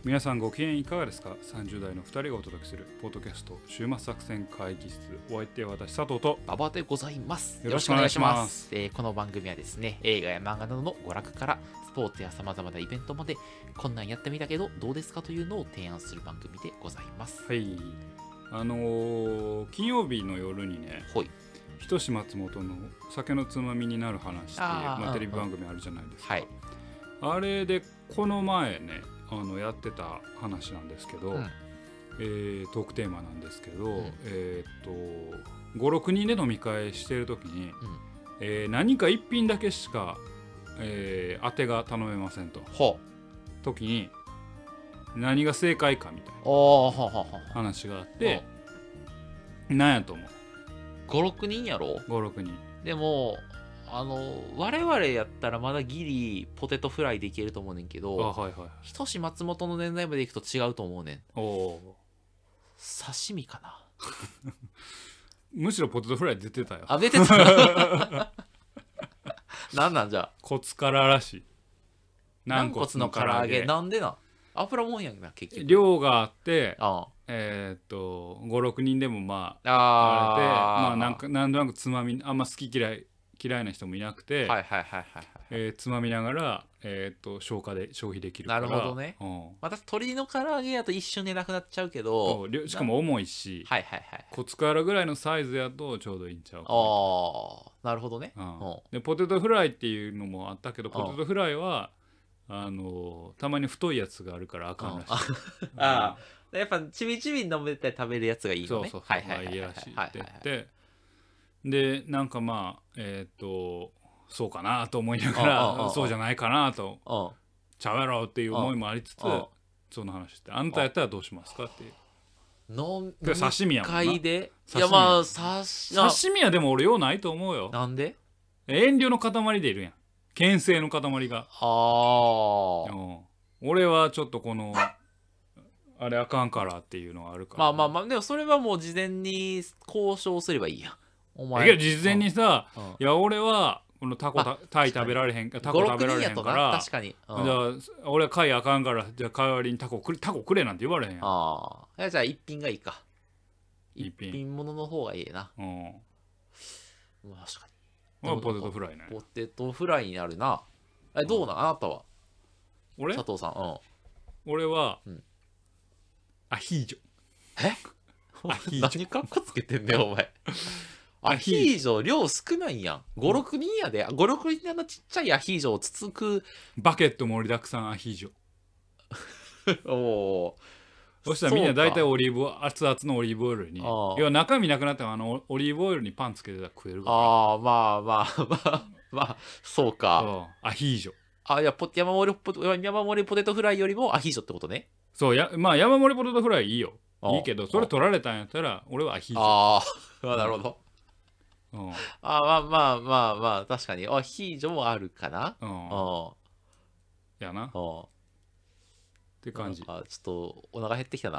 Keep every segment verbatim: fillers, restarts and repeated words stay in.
皆さんご機嫌いかがですか。さんじゅう代のふたりがお届けするポッドキャスト週末作戦会議室。お相手は私佐藤と馬場でございます。 よろしくお願いします。 えー、この番組はですね、映画や漫画などの娯楽からスポーツや様々なイベントまで、こんなんやってみたけどどうですかというのを提案する番組でございます。 はい、あのー、金曜日の夜にね、 ほいひとし松本の酒のつまみになる話っていうまあ、テレビ番組あるじゃないですか、 はい、 あれでこの前ねあのやってた話なんですけど、うんえー、トークテーマなんですけど、うん、えー、っとごろくにんで飲み会してる時に、うんえー、何か一品だけしか、えー、当てが頼めませんと時に何が正解かみたいな話があって何やと思う。 ごろくにんやろ。 ごろくにんでもあの我々やったらまだギリポテトフライでいけると思うねんけど、 あ、はいはいはい、 ひとし松本の年代までいくと違うと思うねん。 お刺身かなむしろポテトフライ出てたよ。 あ、出てたなんなんじゃ骨かららしい。 軟骨の唐揚げなんでな油もんやんな。結局量があってああえー、っとごろくにんでもまあああれでまあなんかなんとなくつまみあんま好き嫌い嫌いな人もいなくて、 はいはいはいはい、はいえー、つまみながら、えー、っと消化で消費できるから。 なるほどね、うん、私鶏の唐揚げやと一瞬でなくなっちゃうけど、 しかも重いし、 はいはいはい、 骨からぐらいのサイズやとちょうどいいんちゃうか。 ああなるほどね、 うん、でポテトフライっていうのもあったけど、ポテトフライはあのたまに太いやつがあるからあかんらしい。 ああやっぱちびちび飲めて食べるやつがいいのね。 そうそうそう、はいはいいいらしいって言って、でなんかまあえっ、ー、とそうかなと思いながらそうじゃないかなとちゃうやろっていう思いもありつつその話して、あんたやったらどうしますかっていう。 の刺身やもんな。 いやまあ刺身はでも俺ようないと思うよ。 なんで？ 遠慮の塊でいるやん、牽制の塊が。ああ、うん、俺はちょっとこのあれあかんからっていうのはあるから、 ね、まあまあまあでもそれはもう事前に交渉すればいいやん。 お前いや事前にさ、うん、いや俺はこのタコタイ食べられへんタコ食べられへんから確かに、 うん、じゃあ俺は貝あかんからじゃあ代わりにタコくれタコくれなんて言われへんやん。 ああじゃあ一品がいいか。一品物の方がいいな。うん、まあ確かにポテトフライね。 ポテトフライになるな。えどうなん、うん、あなたは。 俺佐藤さん、うん、 俺は、うん、アヒージョ。 えアヒージョ何かっこつけてんねんお前アヒージョ量少ないやん。ごろくにんやで。ごろくにんのちっちゃいアヒージョをつつくバケット盛りだくさんアヒージョおおそしたらみんな大体オリーブ熱々のオリーブオイルに、要は中身なくなってもあのオリーブオイルにパンつけてたら食えるから。 ああまあまあまあまあそうか。 アヒージョ。 あいやポ山盛りポ山盛りポテトフライよりもアヒージョってことね。 そうやまあ山盛りポテトフライいいよ、いいけどそれ取られたんやったら俺はアヒージョ。ああなるほど。うん、あまあまあまあまあ確かにアヒージョもあるかな。うん、 うんやなって感じ。 あちょっとお腹減ってきたな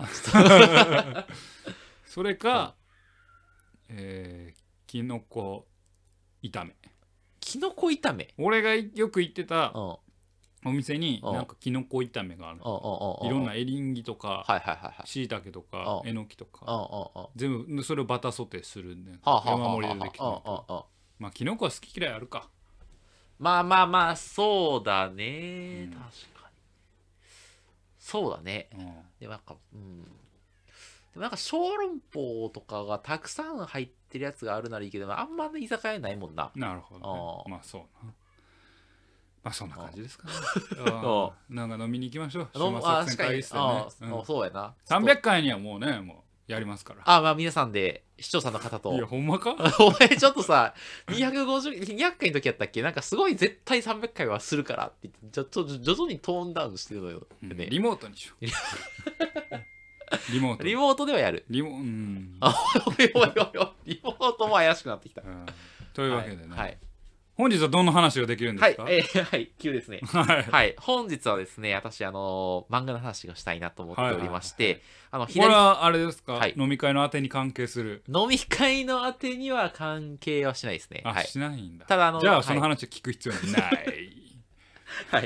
それか、うんえー、きのこ炒め。 きのこ炒め俺がよく行ってたお店になんかきのこ炒めがある。いろんなエリンギとかしいたけとかえのきとか全部それをバターソテーするんで山盛りでできる。まあきのこは好き嫌いあるか。 まあまあまあそうだね、うん、確かにそうだね、うん、でもなんかうんでもなんか小籠包とかがたくさん入ってるやつがあるならいいけどあんまり居酒屋ないもんな。 なるほど、ね、まあそうなまあそんな感じですかね。なんか飲みに行きましょう。週末作戦会議室でね。 うん、そうやな。 さんびゃっかいにはもうねもうやりますから。 あまあ皆さんで視聴者の方と。 いやほんまかお前ちょっとさにひゃくごじゅう、にひゃっかいの時やったっけなんかすごい絶対さんびゃっかいはするからって言ってちょっと徐々にトーンダウンしてるのよ、 うんね、リモートにしよう。リモートリモートではやる。 リモうんあおいおいおいおいリモートも怪しくなってきた、うん、 というわけでね、 はい、はい本日はどんな話ができるんですか。 はい、えー、はい、急ですね。はい、はい、本日はですね、私あのー、漫画の話がしたいなと思っておりまして、はいはいはい、あの左これはあれですか、はい、飲み会のあてに関係する。 飲み会のあてには関係はしないですね。 あ、 はい、 しないんだ。 ただあのじゃあその話を聞く必要はない。 はい。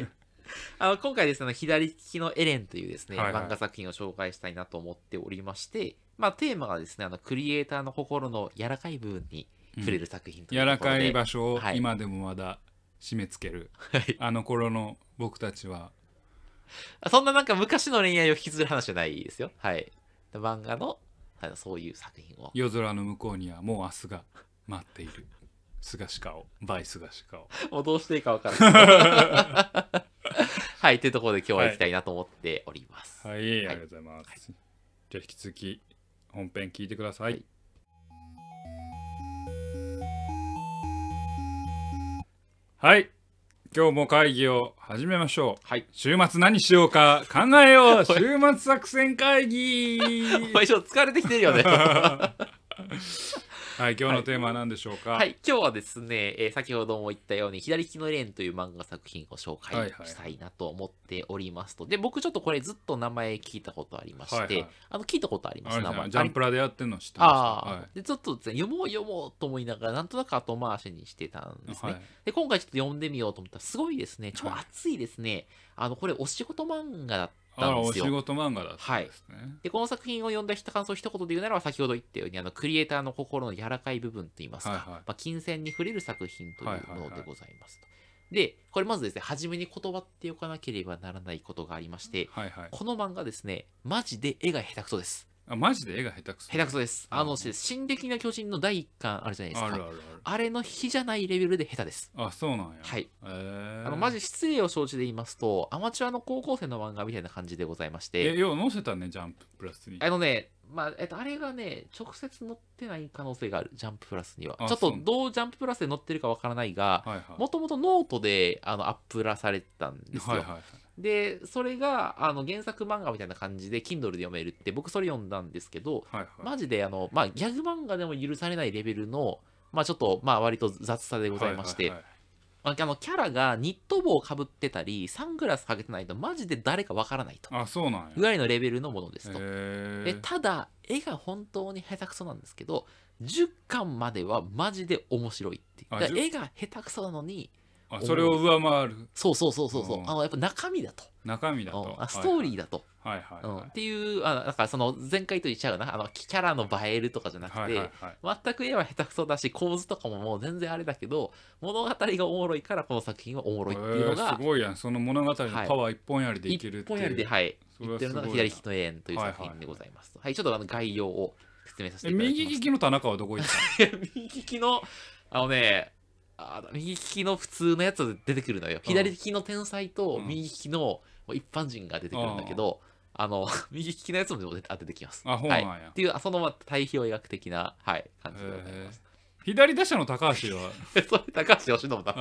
あの今回ですね、左利きのエレンというですね、 はいはい漫画作品を紹介したいなと思っておりまして、まあ、テーマがですね、あのクリエイターの心の柔らかい部分に触れる作品という柔らところで、 かい場所をはい今でもまだ締め付ける、 はいあの頃の僕たちはそんななんか昔の恋愛を引きずる話じゃないですよ。はい。漫画の、はい、そういう作品を。 夜空の向こうにはもう明日が待っている。菅氏顔、バイ菅氏顔。 もうどうしていいかわからない。はい、というところで今日は行きたいなと思っております。 はい、はい、ありがとうございます。はい、じゃあ引き続き本編聞いてください。はいはい、今日も会議を始めましょう。はい、週末何しようか考えよう。週末作戦会議。 お前ちょっと疲れてきてるよね。 はい、今日のテーマは何でしょうか。 はい、はい、今日はですね、えー、先ほども言ったように左利きのレーンという漫画作品を紹介したいなと思っておりますと、はいはい、で僕ちょっとこれずっと名前聞いたことありまして、はいはい、あの聞いたことあります。名前ジャンプラでやってるの知ってました。 あ、はい、でちょっと、ね、読もう読もうと思いながらなんとなく後回しにしてたんですね、はい、で今回ちょっと読んでみようと思ったらすごいですね、超熱いですね、はい、あのこれお仕事漫画だったあらお仕事漫画だったんですね、 はい、でこの作品を読んだ人感想を一言で言うならば先ほど言ったようにあのクリエイターの心の柔らかい部分といいますか、はいはい、まあ、金銭に触れる作品というものでございますと、はいはいはい、でこれまずですね初めに断っておかなければならないことがありまして、はいはい、この漫画ですねマジで絵が下手くそです。 あ、マジで絵が下手くそ。 下手くそです。あの、進撃の巨人のだいいっかんあるじゃないですか。あるあるある。あれの比じゃないレベルで下手です。 あ、そうなんや。 はい。 へー。 あの、マジ失礼を承知で言いますと、アマチュアの高校生の漫画みたいな感じでございまして。 え、よう載せたね、ジャンププラスに。 あのね、まあ、えっと、あれがね、直接載ってない可能性がある、ジャンププラスには。ちょっとどうジャンププラスで載ってるかわからないが、もともとノートであのアップラされてたんですよ。はいはいはい、でそれがあの原作漫画みたいな感じで Kindle で読めるって僕それ読んだんですけど、はいはい、マジであの、まあ、ギャグ漫画でも許されないレベルの、まあ、ちょっとまあ割と雑さでございまして、はいはいはい、あのキャラがニット帽をかぶってたりサングラスかけてないとマジで誰かわからないと、 あ、そうなんや、 ぐらいのレベルのものですと。でただ絵が本当に下手くそなんですけどじゅっかんまではマジで面白いっていう。だから絵が下手くそなのにあ、それを上回る。 そうそうそうそうそう、あのやっぱ中身だと、 中身だと、 あストーリーだと、 はいはいはいはい、 うん、っていうあだからその前回と言っちゃうな、あのキャラの映えるとかじゃなくて、はいはいはい、全く絵は下手くそだし構図とかももう全然あれだけど物語がおもろいからこの作品はおもろいっていうのが、 えー、すごいやん。その物語のパワー一本やりでいけるっていう、 一本やりで、はい、言ってるのが左利きのエレンという作品でございます。はい、はいはい、ちょっとあの概要を説明させていただきます。 右利きの田中はどこ行った右利きのあのねあ右利きの普通のやつで出てくるのよ。左利きの天才と右利きの一般人が出てくるんだけど、あの右利きのやつも出てきます。 あ、ほうなんや、 はい、っていうその対比を描く的な、はい、感じでございます。 左打者の高橋はそれ高橋由伸なんです。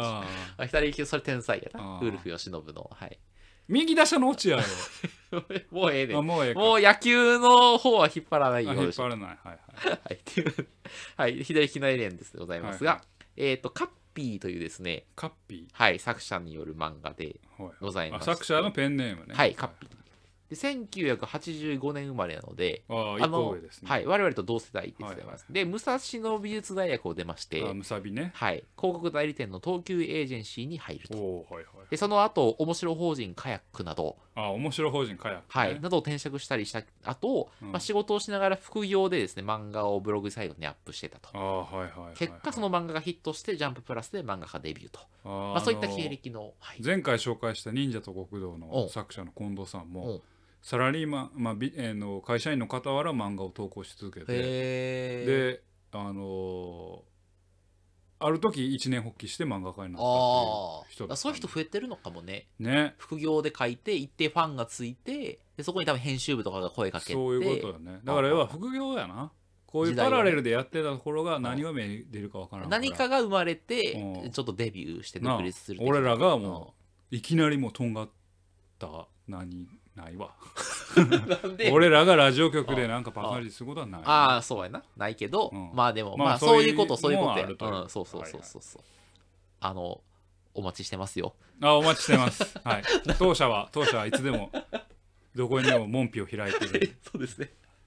左利きそれ天才やな。ウルフ由伸の、はい。 右打者の落合はもうええねん。 もうええか。 もう野球の方は引っ張らないよう引っ張らない。はいはい。 はい、っていう、はい、左利きのエレンですでございますが、はいはい、えっ、ー、とカッピーというですね、 カッピー、 はい、作者による漫画でございます。 はい、作者のペンネームね。 はい、カッピー。でせんきゅうひゃくはちじゅうごねん生まれなので、 ああの、ね、 はい、我々と同世代でございます。はいはい、で、武蔵野美術大学を出まして、 あムサビね、 はい、広告代理店の東急エージェンシーに入ると。 はいはい、 でその後、面白法人カヤックなど、 あ面白法人カヤック、ね、 はい、などを転職したりした後、うん、まあ、仕事をしながら副業でですね、漫画をブログサイトにアップしてたと。 あ、はいはいはいはい、 結果、その漫画がヒットして、ジャンププラスで漫画家デビューと。あ、まあ、そういった経歴の、はい、 前回紹介した忍者と極道の作者の近藤さんも、サラリーマン、まあびえー、の会社員の傍ら漫画を投稿し続けて、で、あのー、ある時一年発起して漫画家になったっていう人だった。 そういう人増えてるのかもね。 ね、 副業で書いて一定ファンがついて、でそこに多分編集部とかが声かけて、 そういうことだね。だから要は副業やな。こういうパラレルでやってたところが何が目に出るか分からない。 何かが生まれて、ちょっとデビューして独立する。 俺らがもういきなりもうとんがった何ないわなんで俺らがラジオ局でなんかパカリすることはない。 ああ、そうやな、ないけど、うん、まあでもまあそういうことそういうことや。うん、そうそうそうそうそう、あのお待ちしてますよ。 あ、お待ちしてますはい当社は当社はいつでもどこにでも門扉を開いているそうですね。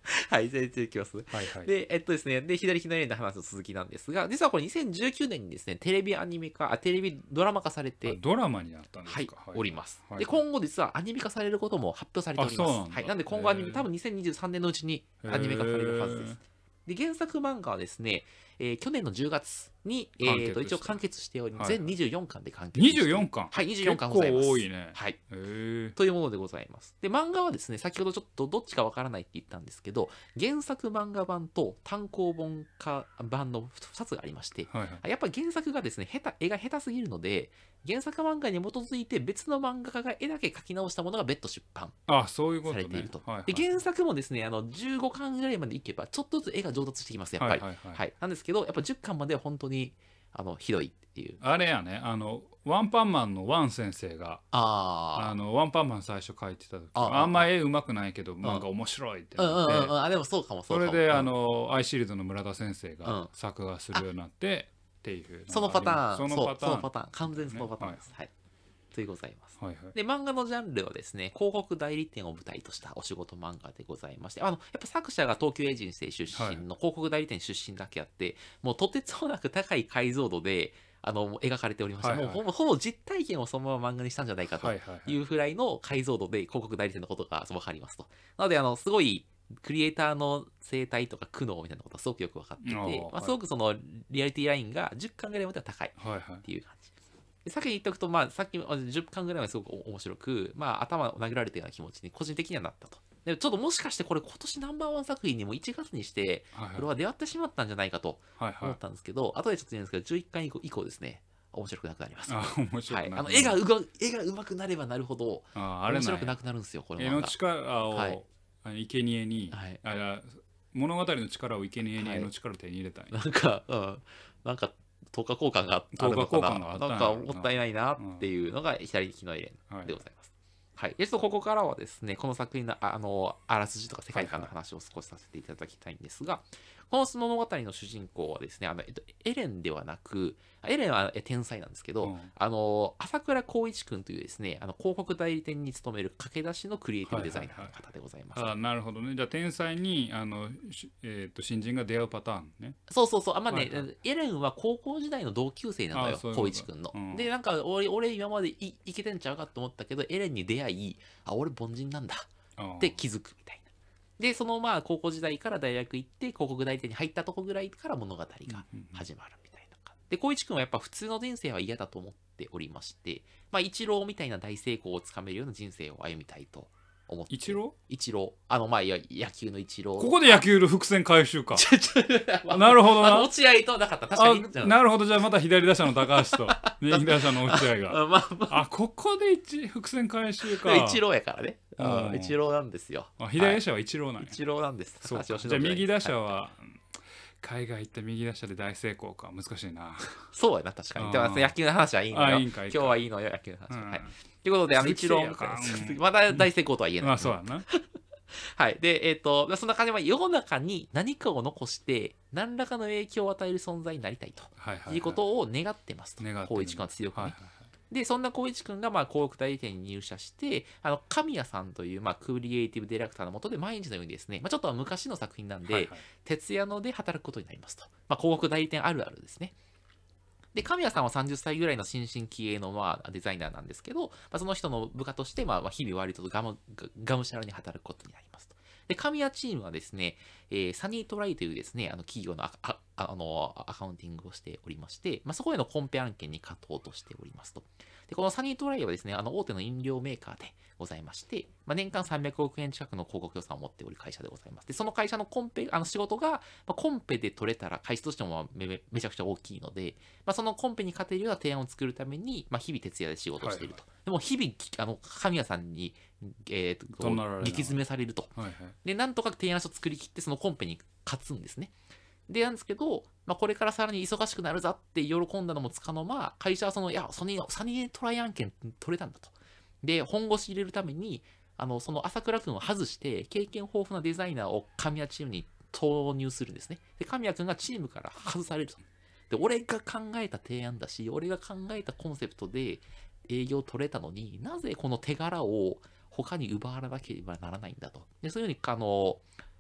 はい、全然いきます。 はいはい。 で、えっとですね、で、左左の話の続きなんですが、実はこれにせんじゅうきゅうねんにですね、テレビアニメ化、あ、テレビドラマ化されて、 ドラマになったんではいすか。、 おります。 はい、 で、今後実はアニメ化されることも発表されております。 あ、そうなんだ。 はい、なんで今後アニメ、多分にせんにじゅうさんねんのうちにアニメ化されるはずです。で、原作漫画はですね、えー、去年のじゅうがつに、えー、と一応完結しており、はい、全にじゅうよんかんで完結して。 にじゅうよんかん。 はい、にじゅうよんかんございます。 結構多いね。 はい。というものでございます。で、漫画はですね、先ほどちょっとどっちかわからないって言ったんですけど、原作漫画版と単行本化版のふたつがありまして、はいはい、やっぱ原作がですね、下手絵が下手すぎるので、原作漫画に基づいて別の漫画家が絵だけ描き直したものが別途出版されていると。で、原作もですね、あのじゅうごかんぐらいまでいけばちょっとずつ絵が上達してきます、やっぱり。はいはいはいはい、なんですけど、やっぱじゅっかんまでは本当にあのひどいっていう。 あれやね、あのワンパンマンのワン先生がああのワンパンマン最初書いてた時、ああんま絵うまくないけど漫画面白いってなって、 あでもそうかもそうかも。 それであのアイシールドの村田先生が作画するようになって、っていうそのパターン、そのパターン、そのパターン、完全にそのパターンです。はい。というございます。はいはい、で、漫画のジャンルはですね、広告代理店を舞台としたお仕事漫画でございまして、あの、やっぱ作者が東急エージェンシー出身の広告代理店出身だけあって、はい、もうとてつもなく高い解像度で、あの、描かれておりまして、はいはい、もうほぼほぼ実体験をそのまま漫画にしたんじゃないかというくらいの解像度で広告代理店のことがわかりますと。なので、あの、すごい、クリエイターの生態とか苦悩みたいなことがすごくよく分かっていて、まあ、すごくそのリアリティラインがじゅっかんぐらいまでは高いっていう感じ。で先に言っておくと、まあ、さっきじゅっかんぐらいはすごく面白く、まあ、頭を殴られたような気持ちに個人的にはなったと。でちょっともしかしてこれ今年ナンバーワン作品にもいちがつにしてこれは出会ってしまったんじゃないかと思ったんですけど、はいはい、後でちょっと言うんですけどじゅういっかん以降以降ですね面白くなくなります。 あ面白くなくなる、はい、あの絵がうが絵が上手くなればなるほど面白くなくなるんですよ。これ絵の力を、はい、生贄に、はい、あ物語の力を生贄に絵の力を手に入れたい、 はい、なんか、うん、なんか等価交換があるのかな、なんかもったいないなっていうのが左利きのエレンでございます。はい、でここからはですね、この作品の あ, あのあらすじとか世界観の話を少しさせていただきたいんですが、この物語の主人公はですね、あの、えっと、エレンではなく、エレンは天才なんですけど、うん、あの朝倉光一君というですね、あの広告代理店に勤める駆け出しのクリエイティブデザイナーの方でございます。 はいはいはい、あなるほどね。じゃあ天才にあの、えー、と新人が出会うパターンね。 そうそうそう。あまあね、はいはい、エレンは高校時代の同級生なのよ、光一君の。うん、で、なんか俺、俺今まで い, いけてんちゃうかと思ったけど、エレンに出会い、あ、俺凡人なんだって気づくみたいな。で、そのまあ高校時代から大学行って広告代理店に入ったとこぐらいから物語が始まるみたいな。で、光一君はやっぱ普通の人生は嫌だと思っておりまして、まあ一郎みたいな大成功をつかめるような人生を歩みたいと思って。 一郎一郎。あのまあ野球の一郎。 ここで野球の伏線回収か。なるほどな。 落合となかった。確かに。 なるほど。じゃあまた左打者の高橋と右打者の落合が。あ、まあまあ、あ、ここで一伏線回収か。 一郎やからね。一郎なんですよ。 あ、左打者は一郎なんや。 一郎なんです。 そうじゃあ右打者は、海外行った右打者で大成功か。難しいな。 そうやな、確かに。でも野球の話はいいのよ。今日はいいのよ、野球の話。はい。ということで、あの一郎、まだ大成功とは言えない。 まあそうやな。 はい。で、えっと、そんな感じで、世の中に何かを残して、何らかの影響を与える存在になりたいということを願ってますと。光一君は強くね。で、そんな光一君が、まあ、広告代理店に入社して、あの、神谷さんという、まあ、クリエイティブディレクターの下で毎日のようにですね、まあ、ちょっと昔の作品なんで、はいはい、徹夜ので働くことになりますと。まあ、広告代理店あるあるですね。で、神谷さんはさんじゅっさいぐらいの新進気鋭の、まあ、デザイナーなんですけど、まあ、その人の部下として、まあ、日々割とがむ、がむしゃらに働くことになりますと。で、神谷チームはですね、えー、サニートライというですね、あの企業の あ, あ, あのアカウンティングをしておりまして、まあ、そこへのコンペ案件に勝とうとしておりますと。で、このサニートライはですね、あの大手の飲料メーカーでございまして、まあ、年間さんびゃくおくえん近くの広告予算を持っておる会社でございます。で、その会社のコンペ、あの仕事が、まあ、コンペで取れたら会社としてもめめちゃくちゃ大きいので、まあ、そのコンペに勝てるような提案を作るために、まあ、日々徹夜で仕事をしていると。はいはい、でも日々、あの神谷さんに、えー、と激詰めされると、はいはい。で、なんとか提案書を作り切って、そのコンペに勝つんですね。で、なんですけど、まあ、これからさらに忙しくなるぞって喜んだのもつかの間、会社はその、いや、ソニーの、サニートライ案件取れたんだと。で、本腰入れるために、あの、その朝倉君を外して、経験豊富なデザイナーを神谷チームに投入するんですね。で、神谷君がチームから外されると。で、俺が考えた提案だし、俺が考えたコンセプトで営業取れたのになぜこの手柄を他に奪わなければならないんだと。で、そういうふうに、あの、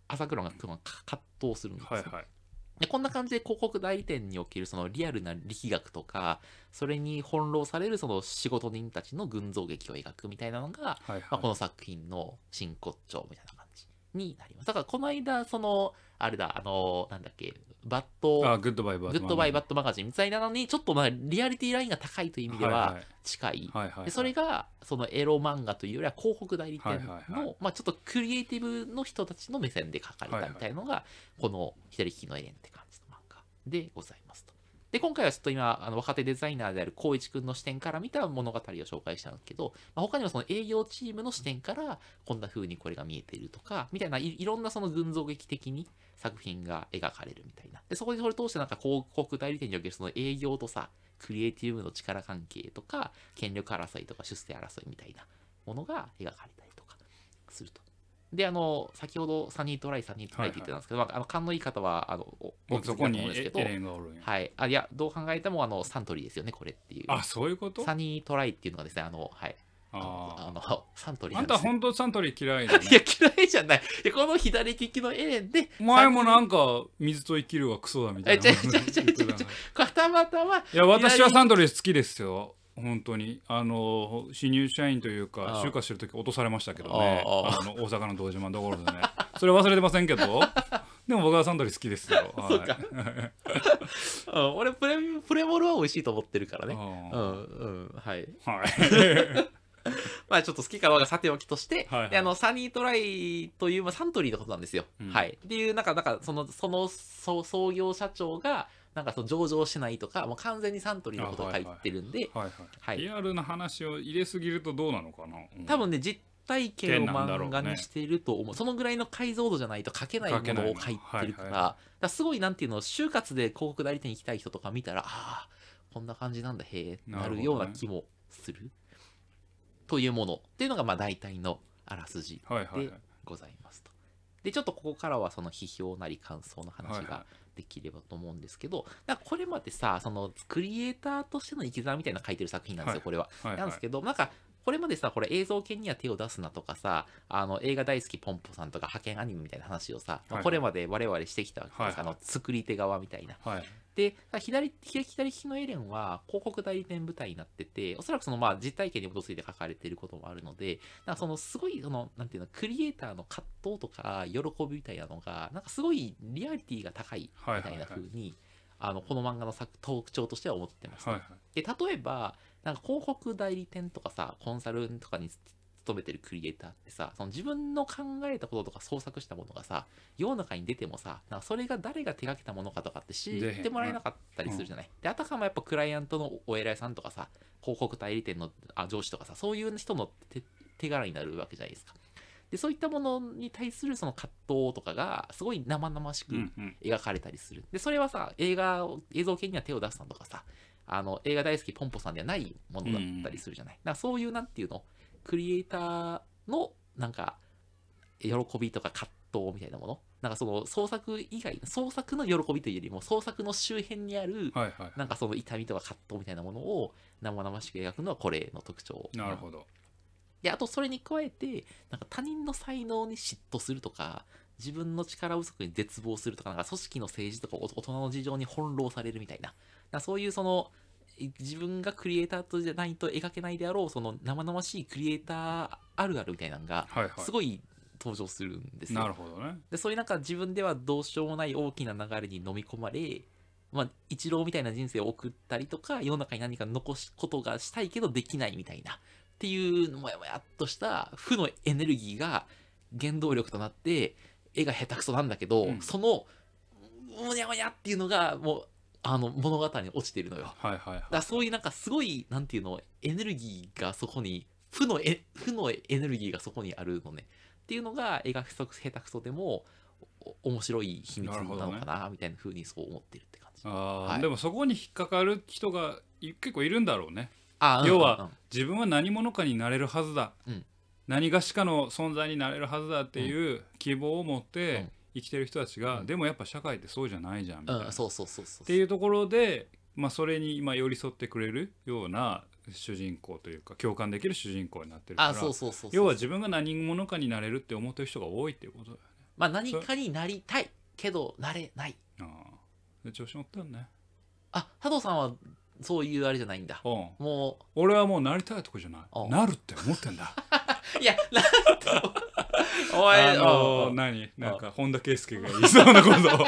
浅黒が葛藤するんですよ、 はいはい、 でこんな感じで広告代理店におけるそのリアルな力学とかそれに翻弄されるその仕事人たちの群像劇を描くみたいなのが、 はいはい、 まあ、この作品の真骨頂みたいな感じになります。だからこの間そのあれだあのなんだっけバッドあグッドバイバッドグッドバイバッドマガジンみたいなのにちょっとまあリアリティラインが高いという意味では近い、 はいはいはいはい、 でそれがそのエロ漫画というよりは広告代理店の、 はいはいはい、 まあ、ちょっとクリエイティブの人たちの目線で書かれたみたいなのがこの左利きのエレンって感じの漫画でございますと。で今回はちょっと今あの若手デザイナーである光一くんの視点から見た物語を紹介したんですけど、まあ、他にもその営業チームの視点からこんな風にこれが見えているとかみたいないいろんなその群像劇的に作品が描かれるみたいな。でそこでそれ通してなんか広告代理店におけるその営業とさクリエイティブの力関係とか権力争いとか出世争いみたいなものが描かれたりとかすると。であの先ほどサニートライサニートライって言ってたんですけど、はいはい、まあ、あの勘のいい方はあのおそこにエレンがおるんや。 はい、あいやどう考えてもあのサントリーですよねこれっていう。 あそういうこと。 サニートライっていうのがですねあのはいああのサントリーなんです、ね、あんた本当サントリー嫌いだね。 いや嫌いじゃない。いやこの左利きのエレンで前もなんか水と生きるはクソだみたいな。 え違う違う違う違う違うこれたまたま。 いや私はサントリー好きですよ本当に。あの新入社員というか就活してる時落とされましたけどね、あの大阪の堂島のところでねそれ忘れてませんけどでも僕はサントリー好きですよ。 そうかうん、俺プレプレモルは美味しいと思ってるからね。うんうんはいはいまあちょっと好きかどうかさておきとして、 はいはい、 であのサニートライという、まあ、サントリーのことなんですよ、うん、はいっていうなんかなんかそのその創業社長がなんかその上場しないとかもう完全にサントリーのことを書いてるんで、 リアルな話を入れすぎるとどうなのかな、 うん、多分ね実体験を漫画にしていると思う、ね、そのぐらいの解像度じゃないと書けないものを書いてるから、はいはい、だからすごいなんていうの就活で広告代理店行きたい人とか見たらああこんな感じなんだへえなるような気もするというものっていうのがまあ大体のあらすじでございますと。でちょっとここからはその批評なり感想の話ができればと思うんですけど、だからこれまでさそのクリエイターとしての生き様みたいなの書いてる作品なんですよ、はい、これは、はいはい、なんですけどなんかこれまでさこれ映像系には手を出すなとかさあの映画大好きポンポさんとか派遣アニメみたいな話をさ、はいはい、これまで我々してきたわけです、はいはい、あの作り手側みたいな、はい、で左左利きのエレンは広告代理店舞台になってておそらくそのまあ実体験に基づいて書かれていることもあるのでなんかそのすごいそのなんていうのクリエイターの葛藤とか喜びみたいなのがなんかすごいリアリティが高いみたいな風に、はいはいはい、あのこの漫画の作特徴としては思ってます、ねはいはい、で例えばなんか広告代理店とかさコンサルとかに勤めてるクリエイターってさその自分の考えたこととか創作したものがさ世の中に出てもさなんかそれが誰が手掛けたものかとかって知ってもらえなかったりするじゃない、うん、であたかもやっぱクライアントのお偉いさんとかさ広告代理店のあ上司とかさそういう人の 手, 手柄になるわけじゃないですか。でそういったものに対するその葛藤とかがすごい生々しく描かれたりする、うんうん、でそれはさ映画映像系には手を出すなとかさあの映画大好きポンポさんではないものだったりするじゃない、うん、だからそういうなんていうのクリエイターのなんか喜びとか葛藤みたいなものなんかその創作以外創作の喜びというよりも創作の周辺にあるなんかその痛みとか葛藤みたいなものを生々しく描くのはこれの特徴。 なるほど。 であとそれに加えてなんか他人の才能に嫉妬するとか自分の力不足に絶望するとかなんか組織の政治とか大人の事情に翻弄されるみたいななそういうその自分がクリエイターとじゃないと描けないであろうその生々しいクリエイターあるあるみたいなのがすごい登場するんですよ。 なるほどね。 でそういうなんか自分ではどうしようもない大きな流れに飲み込まれ、まあ、一郎みたいな人生を送ったりとか世の中に何か残すことがしたいけどできないみたいなっていうもやもやっとした負のエネルギーが原動力となって絵が下手くそなんだけど、うん、そのもやもやっていうのがもうあの物語に落ちているのよ、 はいはいはい、だからそういうなんかすごいなんていうのエネルギーがそこに負のえ負のエネルギーがそこにあるのねっていうのが絵が下手くそでも面白い秘密なのかな、ね、みたいな風にそう思ってるって感じ。 あ、はい、でもそこに引っかかる人が結構いるんだろうね。 あ、 要は、 うんうんうん、 自分は何者かになれるはずだ、うん、何がしかの存在になれるはずだっていう希望を持って、うん生きてる人たちが、うん、でもやっぱ社会ってそうじゃないじゃんみたいな、 うん、そうそうそうそうっていうところで、まあ、それに今寄り添ってくれるような主人公というか共感できる主人公になってるから、 あ、そうそうそうそう、 要は自分が何者かになれるって思ってる人が多いっていうことだよね。 まあ何かになりたいけどなれない。 ああで調子乗ったよね。 あ、佐藤さんはそういうあれじゃないんだ。 うんもう俺はもうなりたいとこじゃない、 うんなるって思ってんだ。 いやなんとおいあのおい何なんか本田圭佑が言いそうなことを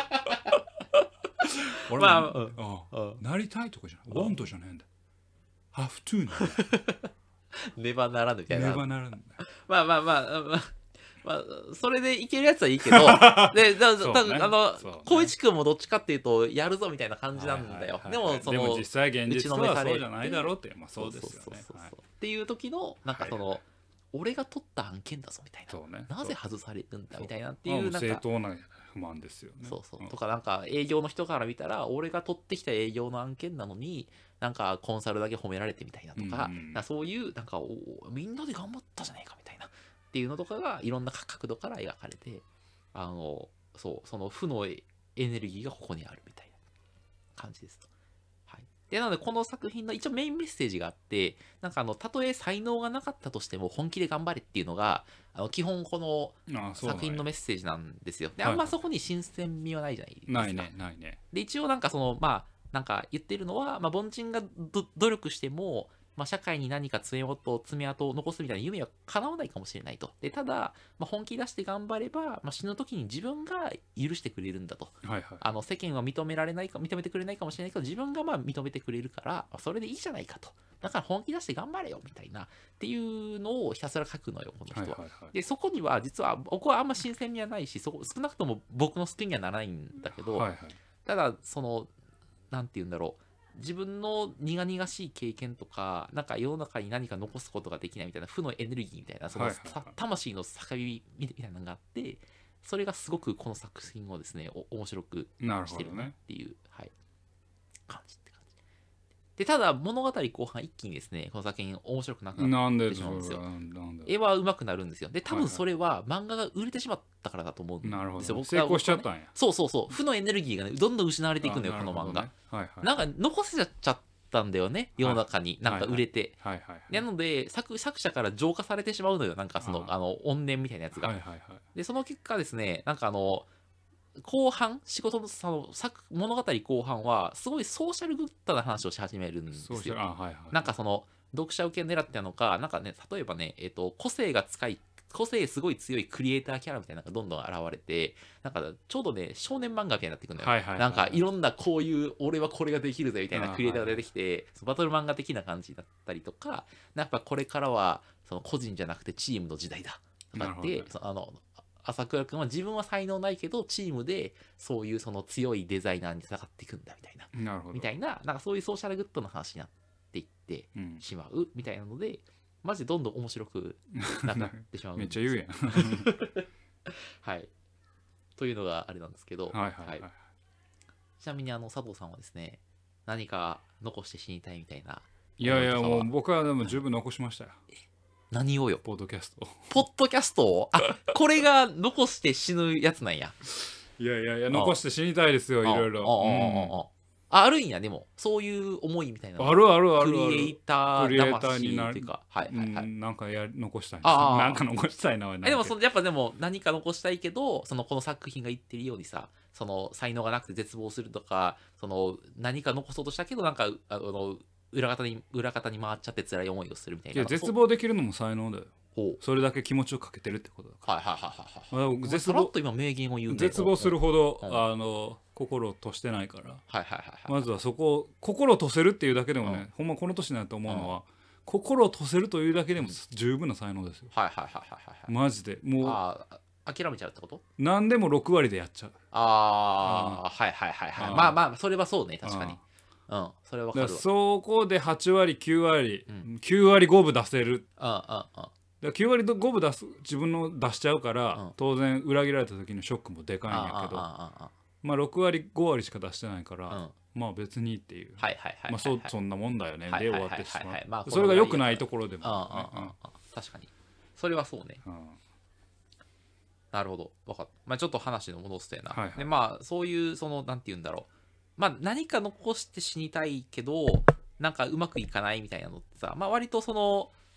俺も、 まあうんうんなりたいとこじゃない、wantじゃねえんだ、have to なんだ、 ねばならぬみたいな。 ねばならんだよ。 まあまあまあまあまあ、それでいけるやつはいいけどでだそうね多分あのそうね光一君もどっちかっていうとやるぞみたいな感じなんだよ。 はいはいではいはいもそのでも実際現実は打ちのめされそうじゃないだろうって、まあそうですよね。 そうそうそうそうはいっていう時のなんかその、 はいはい俺が取った案件だぞみたいな、 そうねなぜ外されるんだそうみたいなってまあいうなんか正当な不満ですよね。 そうそう、 んとかなんか営業の人から見たら俺が取ってきた営業の案件なのになんかコンサルだけ褒められてみたいなとか、 うんうんなんかそういうなんかおみんなで頑張ったじゃないかみたいなっていうのとかがいろんな角度から描かれて、あのそうその負のエネルギーがここにあるみたいな感じですと。はい、でなのでこの作品の一応メインメッセージがあって、なんかあのたとえ才能がなかったとしても本気で頑張れっていうのがあの基本このああそうなんや作品のメッセージなんですよ。ではいあんまそこに新鮮味はないじゃないですか。 ないねないね。 で一応なんかそのまあなんか言ってるのは、まあ、凡人がど努力しても、まあ、社会に何か爪痕爪痕を残すみたいな夢は叶わないかもしれないと。でただ、まあ、本気出して頑張れば、まあ、死ぬ時に自分が許してくれるんだと。 はいはい。 あの世間は認められないか認めてくれないかもしれないけど自分がまあ認めてくれるから、まあ、それでいいじゃないかと。だから本気出して頑張れよみたいなっていうのをひたすら書くのよこの人は。 はいはいはいでそこには実は僕はあんま新鮮味はないし、そこ少なくとも僕の好きにはならないんだけど、 はいはいただそのなんて言うんだろう、自分の苦々しい経験とかなんか世の中に何か残すことができないみたいな負のエネルギーみたいなその、 はいはいはいさ魂の叫びみたいなのがあって、それがすごくこの作品をですねお面白くなるしてるなっほどね。 ていう、はい、感じって感じで、ただ物語後半一気にですねこの作品面白くなくなってなんでしまうんですよ。 なんで絵は上手くなるんですよ。で多はいはい分それは漫画が売れてしまったからだと思うんですよ。 なるほど、 僕は成功しちゃったんや。 そうそうそう、負のエネルギーがねどんどん失われていくのよこの漫画、 あなるほどねはいはいなんか残せちゃったんだよね世の中に、なんか売れて、 はいはいはいなので作作者から浄化されてしまうのよ、なんかそのあーあの怨念みたいなやつが、 はいはいはいでその結果ですねなんかあの後半仕事のその作物語後半はすごいソーシャルグッドな話をし始めるんですよ。 そうしたらあはいはいなんかその読者受け狙ってたのか、なんかね例えばね、えっと個性が使い個性すごい強いクリエイターキャラみたいなのがどんどん現れて、なんかちょうどね少年漫画みたいになっていくんだよ、 はいはいはいはいなんかいろんなこういう俺はこれができるぜみたいなあークリエイターが出てきて、そうバトル漫画的な感じだったりとか、やっぱこれからはその個人じゃなくてチームの時代だとかって、 なるほどそあの朝倉君は自分は才能ないけどチームでそういうその強いデザイナーに戦っていくんだみたいななるほどみたいな、なんかそういうソーシャルグッドの話になっていってうんしまうみたいなので、マジでどんどん面白くなってしまうめっちゃ言うやんはいというのがあれなんですけど、 はいはいはい、 はいちなみにあの佐藤さんはですね何か残して死にたいみたいな、 いやいや思いとかはもう僕はでも十分残しましたよ何をよ、 ポッドキャストポッドキャストをあこれが残して死ぬやつなんや。 いやいやいや残して死にたいですよいろいああああろあああるんや、でもそういう思いみたいなのあるあるあクるあるリエイタクリエイーターになる魂っていうか、はいはいはい、 うんなんかや残したいああなんか残したいなはないえでもそのやっぱでも何か残したいけど、そのこの作品が言ってるようにさ、その才能がなくて絶望するとか、その何か残そうとしたけどなんかあの裏方に裏方に回っちゃって辛い思いをするみたいな。 いや絶望できるのも才能だよほうそれだけ気持ちをかけてるってことだかはいはいはいはいはい。 ら、まあ、 絶絶望望さらっと今名言を言うんで絶望するほど、 うんあの心を閉してないからはいはいはいはい。 まずはそこを心を閉せるっていうだけでもね、ほんまこの年になると思うのは、心を閉せるというだけでも十分な才能ですよ、 はいはいはいはいはい。 マジでもうああ諦めちゃうってこと？ 何でもろく割でやっちゃうああはいはいはいはい。 あーまあまあそれはそうね確かに。うんそれはわかだからるわ。 そこではち割きゅう割、 うんきゅう割ごぶ出せるうんうんうん。 だからきゅう割ごぶ出す自分の出しちゃうから、 うん当然裏切られた時のショックもでかいんやけどあああああまあろく割ご割しか出してないから、 あうんまあ別にっていう、 はいはいはいはいはい。 まあそそんなもんだよね、 はいで終わってしまはいはいはいまあうそれが良くないところでも、 ああああああ確かにそれはそうね。 うんうんなるほど分かった。まあちょっと話の戻すとやな、 はいはいでまあそういうそのなんて言うんだろう、まあ何か残して死にたいけどなんかうまくいかないみたいなのってさ、まあ割とその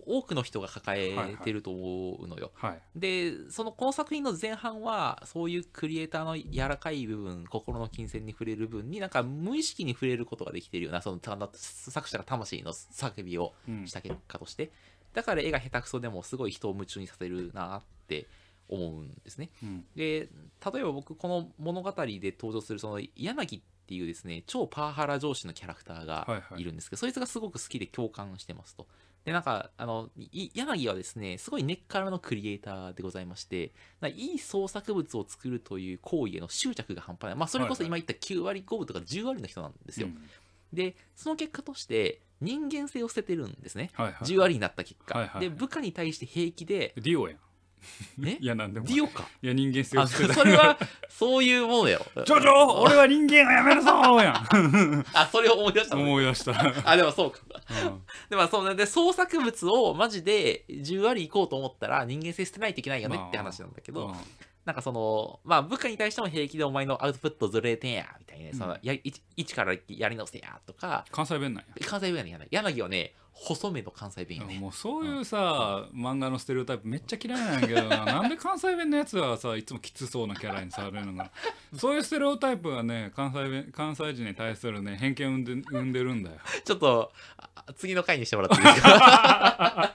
多くの人が抱えてると思うのよ。 はい、 でそのこの作品の前半はそういうクリエイターの柔らかい部分、心の金銭に触れる部分になんか無意識に触れることができているような、その作者が魂の叫びをした結果として、うん、だから絵が下手くそでもすごい人を夢中にさせるなって思うんですね。うん、で例えば僕この物語で登場するその柳っていうですね超パワハラ上司のキャラクターがいるんですけど、はいはい、そいつがすごく好きで共感してますと。でなんかあの柳はですねすごい根っからのクリエイターでございまして、いい創作物を作るという行為への執着が半端ない、まあ、それこそ今言ったきゅうわりごぶとかじゅうわりの人なんですよ。はいはい、でその結果として人間性を捨ててるんですね、はいはい、じゅうわりになった結果、はいはい、で部下に対して平気でディオやんえいやなんでもディオかいや人間性を捨てたそれはそういうものだよジョジョ俺は人間をやめるぞーやんあそれを思い出したの、ね、 思い出したあでもそうか、うん、でもそうで創作物をマジでじゅうわりいこうと思ったら人間性捨てないといけないよねって話なんだけど、まあ、なんかそのまあ部下に対しても平気でお前のアウトプットずれてんやみたいな、うん、そのや一からやり直せやとか。 関西弁なんや。 関西弁なんや。柳はね細めの関西弁よね。 もうそういうさ、うん、漫画のステレオタイプめっちゃ嫌いなんやけどななんで関西弁のやつはさいつもきつそうなキャラにされるのがそういうステレオタイプがね関西弁関西人に対するね偏見を生んで生んでるんだよ。 ちょっと次の回にしてもらっていいですか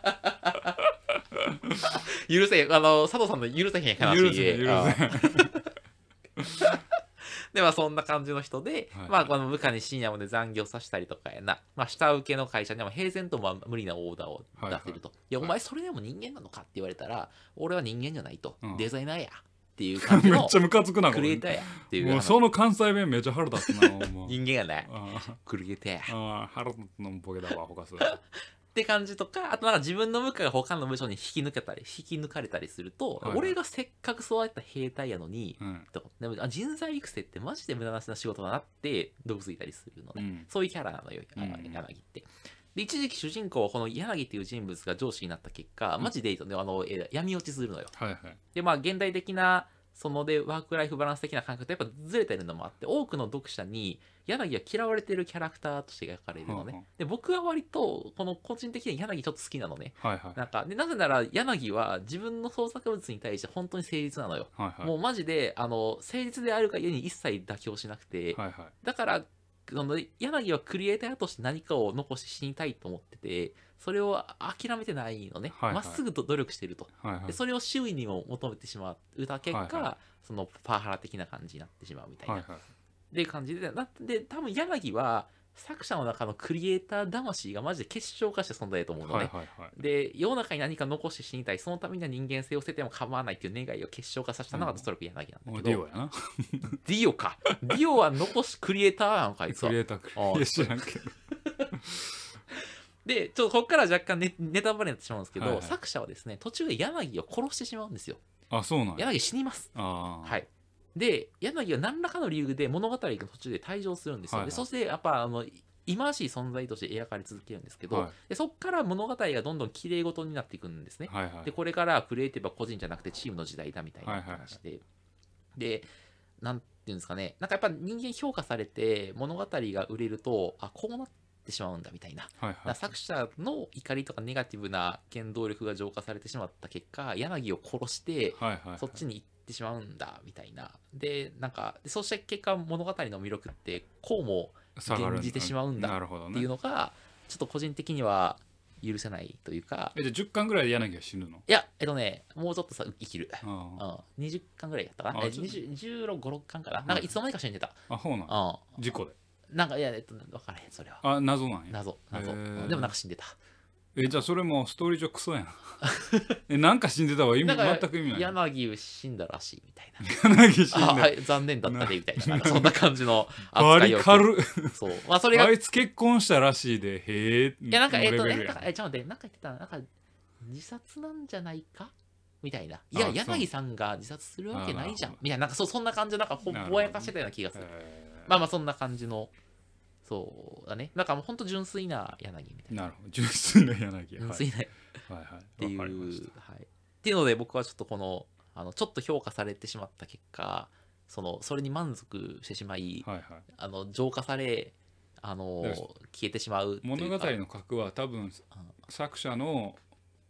許せあの佐藤さんの許せへん話で許せでまあそんな感じの人で、はい、まあこの部下に深夜まで残業させたりとかやな、まあ、下請けの会社にも平然とまあ無理なオーダーを出せると、はいはい、いやお前それでも人間なのかって言われたら俺は人間じゃないと、うん、デザイナーやっていう感じのめっちゃムカつくなクリエイターやっていうもうその関西弁めっちゃ腹立つな人間やねクリエイターやあ腹立つのボケだわほかすって感じとか、あとなんか自分の部下が他の部署に引き抜けたり引き抜かれたりすると、はいはい、俺がせっかく育った兵隊やのに、うん、でも人材育成ってマジで無駄な仕事だなって毒づいたりするのね、うん、そういうキャラなのよ、うん、柳って。で一時期主人公はこの柳っていう人物が上司になった結果、うん、マジであの闇落ちするのよ。はいはい、でまあ現代的なそのでワークライフバランス的な感覚とやっぱずれてるのもあって、多くの読者に柳は嫌われてるキャラクターとして描かれるのね。ははで僕は割とこの個人的に柳ちょっと好きなのね。はいはい、なんかでなぜなら柳は自分の創作物に対して本当に誠実なのよ。はいはい、もうマジであの誠実であるがゆえに一切妥協しなくて、はいはい、だからその柳はクリエイターとして何かを残し死にたいと思ってて、それを諦めてないのね。ま、はいはい、っすぐと努力してると、はいはい、でそれを周囲にも求めてしまうた結果、はいはい、そのパワハラ的な感じになってしまうみたいな、はいはい、で感じでなで多分柳は作者の中のクリエイター魂がマジで結晶化した存在だと思うのね、はいはいはい、で世の中に何か残して死にたい、そのためには人間性を捨てても構わないっていう願いを結晶化させたのがおそらく柳なんだけど、 ディオやなディオかディオは残しクリエイターなのかいつはクリエイタークリエイター知らんけどでちょっとここから若干 ネ, ネタバレになってしまうんですけど、はいはい、作者はですね途中で柳を殺してしまうんですよ。 あ、そうなんや。 柳死にます。あ、はい、で柳は何らかの理由で物語が途中で退場するんですよ、はいはい、でそしてやっぱあの忌まわしい存在として描かれ続けるんですけど、はい、でそこから物語がどんどん綺麗事になっていくんですね、はいはい、でこれからクリエイティブは個人じゃなくてチームの時代だみたいな話で、はいはい、でなんていうんですかね、なんかやっぱ人間評価されて物語が売れるとあこうなってしまうんだみたいな、はいはい、作者の怒りとかネガティブな原動力が浄化されてしまった結果柳を殺して、はいはいはい、そっちに行ってしまうんだみたいな、でなんかそうした結果物語の魅力ってこうも現じてしまうんだっていうのがちょっと個人的には許せないというか。 えじゃあじゅっかんぐらいで柳は死ぬの？ いやえっとねもうちょっとさ生きる、うん、にじゅっかんぐらいやったかな、じゅうろく、ろっかんかな、なんかいつの間にか死んでた。 あ、そうなん、うん、事故でなんかいやえっと分からへんそれは。 あ、謎なんや。 謎謎でもなんか死んでた。 えじゃあそれもストーリー上クソやんえなんか死んでたわ意味全く意味ない。 柳死んだらしいみたいな柳死んだ、はい、残念だったねみたいな、なんかそんな感じの扱いを軽そう、まあ、それがあいつ結婚したらしいでへえ。 いやなんかえっとええちょっと待ってなんか言ってたなんか自殺なんじゃないかみたいな、いや柳さんが自殺するわけないじゃんみたいな、なんか そ, そんな感じのなんかぼやかしてたような気がする。まあまあそんな感じのそうだね。だからもう本当純粋な柳みたいな。 なるほど。純粋な柳。 純粋な、はい、はいはい。っていう、はい。っていうので僕はちょっとこのあのちょっと評価されてしまった結果、そのそれに満足してしまい、はいはい、あの浄化されあの消えてしまう物語の核は多分、うん、作者の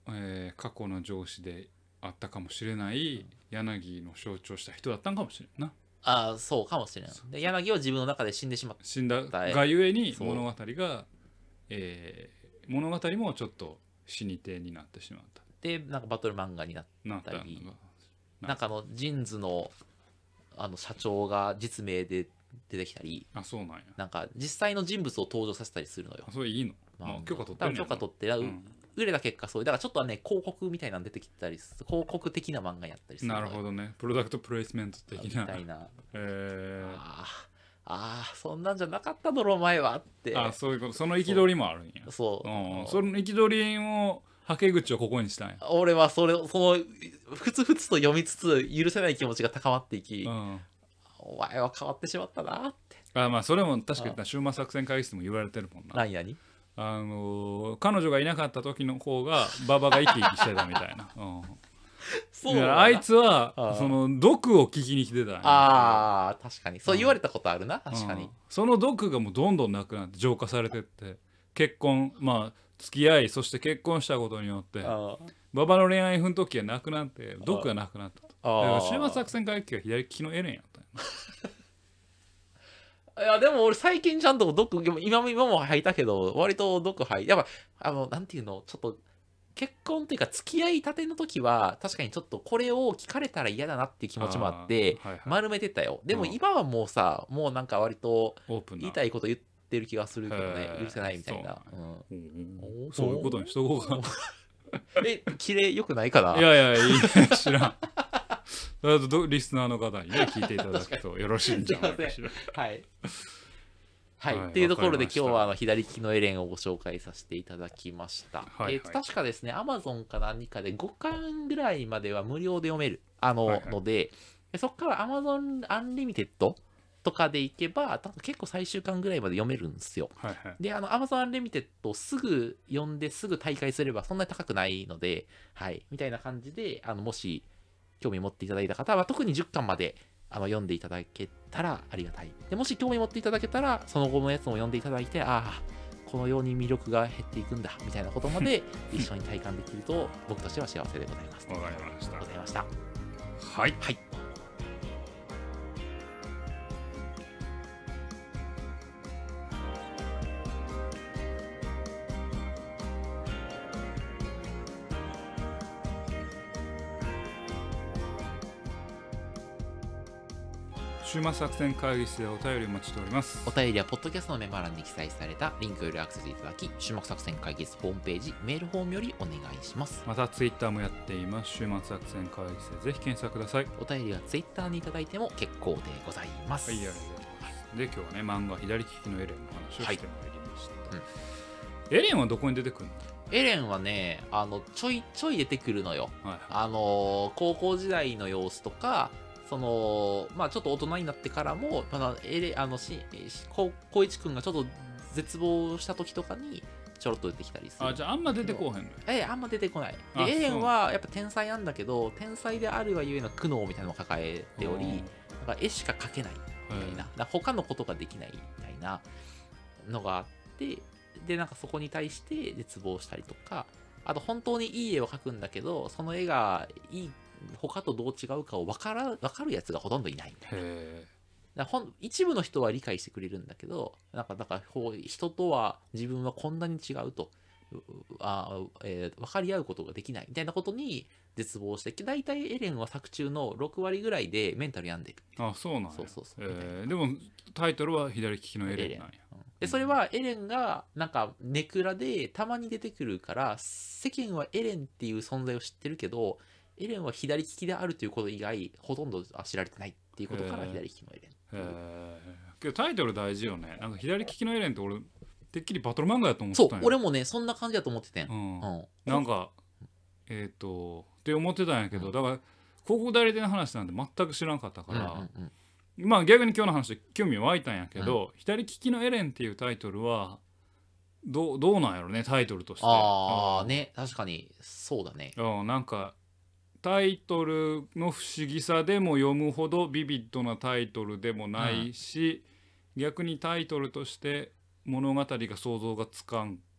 えー過去の上司であったかもしれない柳の象徴した人だったんかもしれんな。 ああ、そうかもしれない。で、柳は自分の中で死んでしまっ死んだがゆえにそう物語が、えー物語もちょっと死に手になってしまったて、なんかバトル漫画になっなったのがたり、なんかあの、ジンズのあの社長が実名で出てきたり、 あそうなんや。 なんか実際の人物を登場させたりするのよあ。それいいの、 まあまあ、許可取って多分るんや許可取って、 うん売れた結果そういう、だからちょっとはね、広告みたいなの出てきたりする、広告的な漫画やったりするのよ。 なるほどね。プロダクトプレイスメント的な。 みたいな。 えー、 あーあー、そんなんじゃなかっただろ、前はって。 あそういうこと。その憤りもあるんや。 そう。 うん、その憤りをはけ口をここにしたんや。 俺はそれ、その、ふつふつと読みつつ、許せない気持ちが高まっていき、 うんお前は変わってしまったなって。 あまあそれも確かに終末作戦会議室でも言われてるもんな。 何やにあのー彼女がいなかった時の方が馬場が生き生きしてたみたいな、うん、 そうだな。 あいつはああその毒を聞きに来てたんや。 ああ、確かに。そう言われたことあるな、確かにうん。その毒がもうどんどんなくなって浄化されてって結婚まあ付き合いそして結婚したことによってあ馬場の恋愛奮闘期がなくなって毒がなくなったと。だからあ終末作戦会議が左利きのエレンやったんや。 いや、でも俺最近ちゃんと毒、今も今も吐いたけど、割と毒吐いやっぱ、あの、なんていうの、ちょっと、結婚っていうか付き合いたての時は、確かにちょっとこれを聞かれたら嫌だなっていう気持ちもあって、 あーはいはい丸めてたよ。でもうん今はもうさ、もうなんか割とオープンな言いたいこと言ってる気がするけどねへ、ー許せないみたいな。 そううんうんそういうことにしとこうか。 え、綺麗よくないかないやいやいいね知らん。あとどリスナーの方にね聞いていただくとよろしいんじゃないかしら。 はい。はい、 はいっていうところでわかりました今日はあの左利きのエレンをご紹介させていただきました。 はいはいえーと確かですね、Amazon か何かでごかんぐらいまでは無料で読めるあの、 はいはいので、そこから Amazon Unlimited とかでいけば、多分結構最終巻ぐらいまで読めるんですよ。 はいはい。 で、あの Amazon Unlimited すぐ読んですぐ大会すればそんなに高くないので、はい、みたいな感じで、あのもし興味持っていただいた方は、特にじゅっかんまであの読んでいただけたらありがたい。でもし興味持っていただけたら、その後のやつも読んでいただいて、ああ、このように魅力が減っていくんだ、みたいなことまで一緒に体感できると、僕としては幸せでございます。 わかりました。 ございました。 はい。 はい。 終末作戦会議室でお便りお待ちしております。 お便りはポッドキャストのメモ欄に記載されたリンクよりアクセスいただき、終幕作戦会議室ホームページ、メールフォームよりお願いします。 またツイッターもやっています。終末作戦会議室でぜひ検索ください。 お便りはツイッターにいただいても結構でございます。 はい、ありがとうございます。で、今日はね、漫画左利きのエレンの話をしてまいりました。 はいエレンはどこに出てくるの？ エレンはね、あのちょいちょい出てくるのよ。 はいはい。 あの高校時代の様子とか、そのまあちょっと大人になってからも、まだエレあのしこ光一君がちょっと絶望した時とかにちょろっと出てきたりする。 あ、じゃああんま出てこうへんのよ。 えあんま出てこない。 あでエレンはやっぱ天才なんだけど、天才であるがゆえの苦悩みたいなのを抱えており、なんか絵しか描けないみたいな、だから他のことができないみたいなのがあって、でなんかそこに対して絶望したりとか、あと本当にいい絵を描くんだけど、その絵がいい他とどう違うかを分から分かるやつがほとんどいないみたいな。 へだからほん一部の人は理解してくれるんだけど、なんかだからこう人とは自分はこんなに違うと、うあえー分かり合うことができないみたいなことに絶望して、大体エレンは作中のろくわりぐらいでメンタル病んでる。 あ、そうなんや。 そうそうそうえーでもタイトルは左利きのエレンなんや。 でそれはエレンがなんかネクラでたまに出てくるから、世間はエレンっていう存在を知ってるけど、エレンは左利きであるということ以外ほとんど知られてないっていうことから左利きのエレン。 へーけどタイトル大事よね。なんか左利きのエレンって俺てっきりバトル漫画やと思ってそうたんや。 俺もねそんな感じだと思っててん、 うんうんなんかえっ、とって思ってたんやけど、だから広告代理店の話なんて全く知らなかったから、 うんうんうんまあ逆に今日の話で興味湧いたんやけど、左利きのエレンっていうタイトルはどうどうなんやろね、タイトルとして。 ああね、確かにそうだね。 うんなんかタイトルの不思議さでも読むほどビビッドなタイトルでもないし、逆にタイトルとして物語が想像がつかん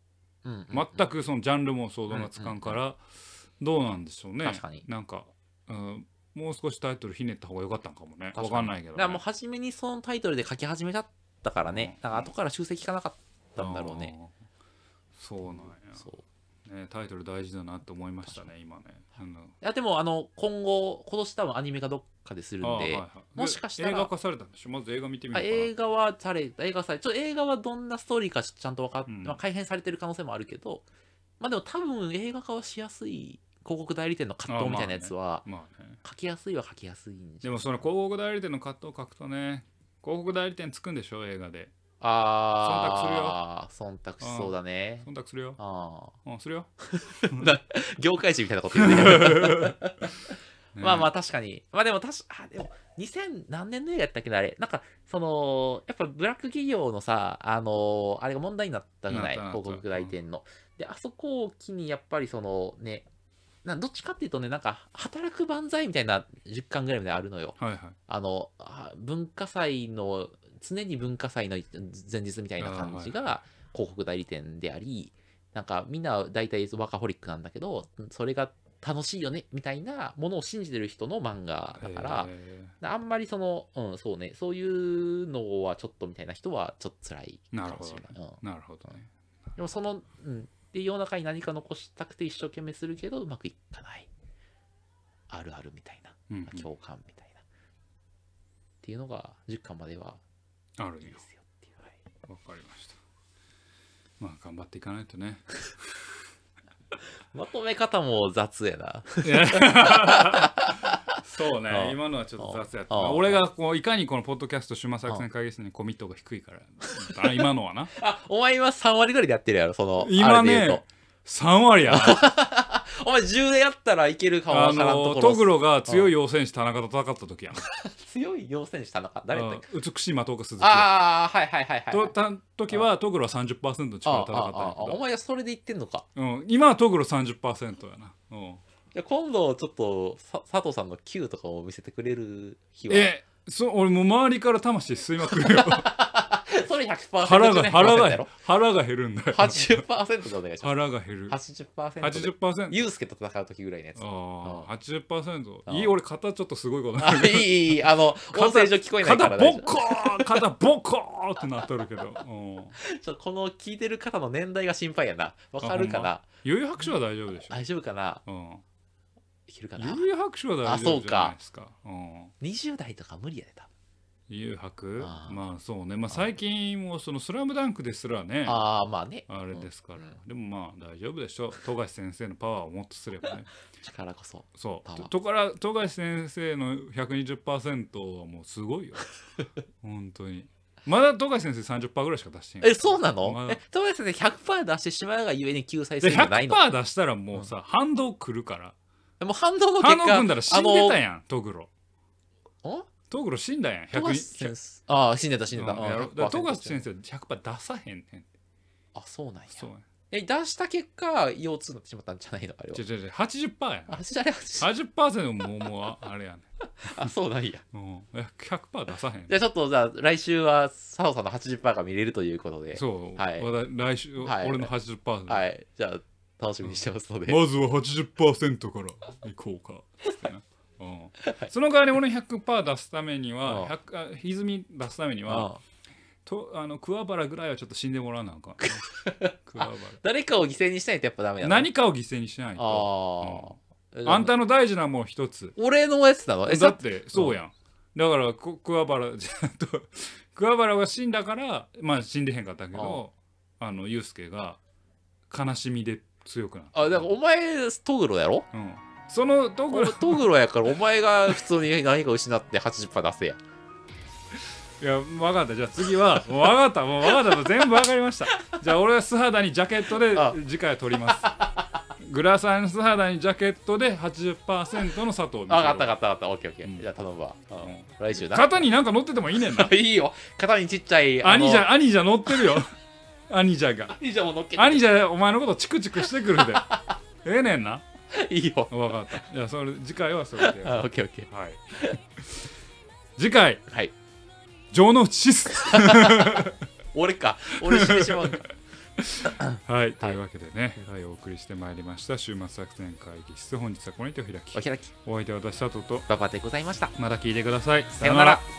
うんうんうん、 全くそのジャンルも想像がつかんから、うんうんうん、どうなんでしょうね。 確かになんか、うん、もう少しタイトルひねった方が良かったんかもね。分かんないけど、ね、 だからもう初めにそのタイトルで書き始めちゃったからね、うん、だから後から修正聞かなかったんだろうね。 そうなんや。そうね、タイトル大事だなって思いましたね今ね。あのいやでもあの今後今年多分アニメがどっかでするんで、はいはい、もしかしたら映画化されたんでしょ。まず映画見てみようかな。 映画はされ映画されちょっと映画はどんなストーリーかちゃんと分かっ、うんまあ、改変されてる可能性もあるけど、まあでも多分映画化はしやすい。広告代理店の葛藤みたいなやつは、まあねまあね、書きやすいは書きやすいんじゃない。 でもその広告代理店の葛藤を書くとね、広告代理店つくんでしょ映画で。 ああ、忖度しそうだね。 忖度するよ。ああ、するよ。 業界人みたいなこと言うね。まあまあ確かに。まあでも確か、あ、でもにせん何年の映画やったっけなあれ。なんか、その、やっぱブラック企業のさ、あのー、あれが問題になったじゃない、広告代理店の。で、あそこを機にやっぱりそのね、などっちかっていうとね、なんか働く万歳みたいなじゅっかんぐらいまであるのよ。はいはい、あの文化祭の常に文化祭の前日みたいな感じが広告代理店であり、なんかみんな大体ワーカホリックなんだけど、それが楽しいよねみたいなものを信じてる人の漫画だから、あんまりその、うん、そうね、そういうのはちょっとみたいな人はちょっと辛いかもしれない。 なるほどね。 でもその、うんで世の中に何か残したくて一生懸命するけどうまくいかないあるあるみたいな、うんうん、共感みたいなっていうのがじゅっかんまではあるんですよっていう。わ、はい、かりました。まあ頑張っていかないとね。 まとめ方も雑やな。 そうね、今のはちょっと雑やった。俺がこういかにこのポッドキャスト島作戦会議室にコミットが低いから今のはな。 あ、お前今さん割ぐらいでやってるやろその今ねさん割やな。 お前じゅうでやったらいけるかもわからんところ。 トグロが強い妖戦士田中と戦った時やん。 強い妖戦士田中誰だっけ。 美しい的岡鈴木。 ああはいはいはいはい。 とた時はトグロは さんじゅっパーセント の力で戦ったんやけど。 お前はそれで言ってんのか。 うん、今はトグロ さんじゅっパーセント やな。うん。 じゃ今度ちょっと佐藤さんの Q とかを見せてくれる日は。 えそ俺もう周りから魂吸いまくるよ。 それ ひゃくパーセント腹が腹が腹が減るんだよ。 はちじゅっパーセント でお願いします。 腹が減る。 はちじゅっパーセントはちじゅっパーセント。 ユースケと戦う時ぐらいのやつ。 ああ、はちじゅっパーセント。いい俺肩ちょっとすごいことなる。いいいいあの音声上聞こえないから大丈夫。肩ボコー肩ボコーってなっとるけど。 ちょこの聞いてる方の年代が心配やな。わかるかな。 悠々白書は大丈夫でしょ。 大丈夫かな。うん。いけるかな。 悠々白書は大丈夫じゃないですか。 うん。にじゅう代とか無理やで多分。 誘白まあそうね、まあ、最近もそのスラムダンクですらねああまあねあれですから、うん、でもまあ大丈夫でしょ富樫先生のパワーをもっとすればね力こそそうとから富樫先生の ひゃくにじゅっパーセント はもうすごいよ本当にまだ富樫先生 さんじゅっパーセント ぐらいしか出してない。 えそうなの、ま、え富樫先生 ひゃくパーセント 出してしまうがゆえに救済するんじゃないの。 ひゃくパーセント 出したらもうさ、うん、反動くるからでも反動の結果反動組んだら死んでたやんトグロ。 あトグロ死んだやん。 ひゃくああ死んでた死んでた。 富樫先生 ひゃくパーセント 出さへんねん。 あそうなんや。そうえ出した結果腰痛になってしまったんじゃないのあれは。 違う違う違う はちじゅっパーセント やん。 あじゃあはちじゅっパーセント もうもうあれやねん。 あそうなんや。 うん、ひゃくパーセント 出さへん。 じゃあちょっとじゃあ来週は佐藤さんの はちじゅっパーセント が見れるということで。 そう。 はい。 来週、はい、俺の はちじゅっパーセント。 はい。じゃあ楽しみにしてますので。 まずは はちじゅっパーセント からいこうか。うん、その代わり俺 ひゃくパーセント 出すためにはひゃくあ歪み出すためにはとあの桑原ぐらいはちょっと死んでもらわなあかん誰かを犠牲にしないとやっぱダメだ、ね、 何かを犠牲にしないと。あ、うん、あんたの大事なもん一つ俺のやつなの。 えだってそうやん。だから桑原じゃと桑原が死んだからまあ死んでへんかったけどあのユウスケが悲しみで強くなった。 あだからお前トグロやろ。 うんそのトグロトグロやからお前が普通に何か失って はちじゅっパーセント 出せや。 いや分かったじゃあ次はもう分かったもう分かった全部分かりました。じゃあ俺は素肌にジャケットで次回は撮ります。グラサン素肌にジャケットで はちじゅっパーセント の砂糖を見せろ。 分かった分かった分かったオッケーオッケー、うん、じゃあ頼むわ、うん、来週だ。 肩になんか乗っててもいいねんな。 いいよ肩にちっちゃい兄じゃ兄じゃ乗ってるよ。兄じゃが兄じゃも乗っけて兄じゃお前のことチクチクしてくるで。ええねんな。 いいよ。 分かった。じゃあそれ次回はそれで。 あ、オッケーオッケー。 はい。次回。 はい。 城之内シス。 俺か。俺死んでしまうんか。 はいというわけでね、はい、お送りしてまいりました週末作戦会議室、本日はこのにてお開き。 お開き。 お相手は私佐藤と馬場でございました。 また聞いてください。 さようなら。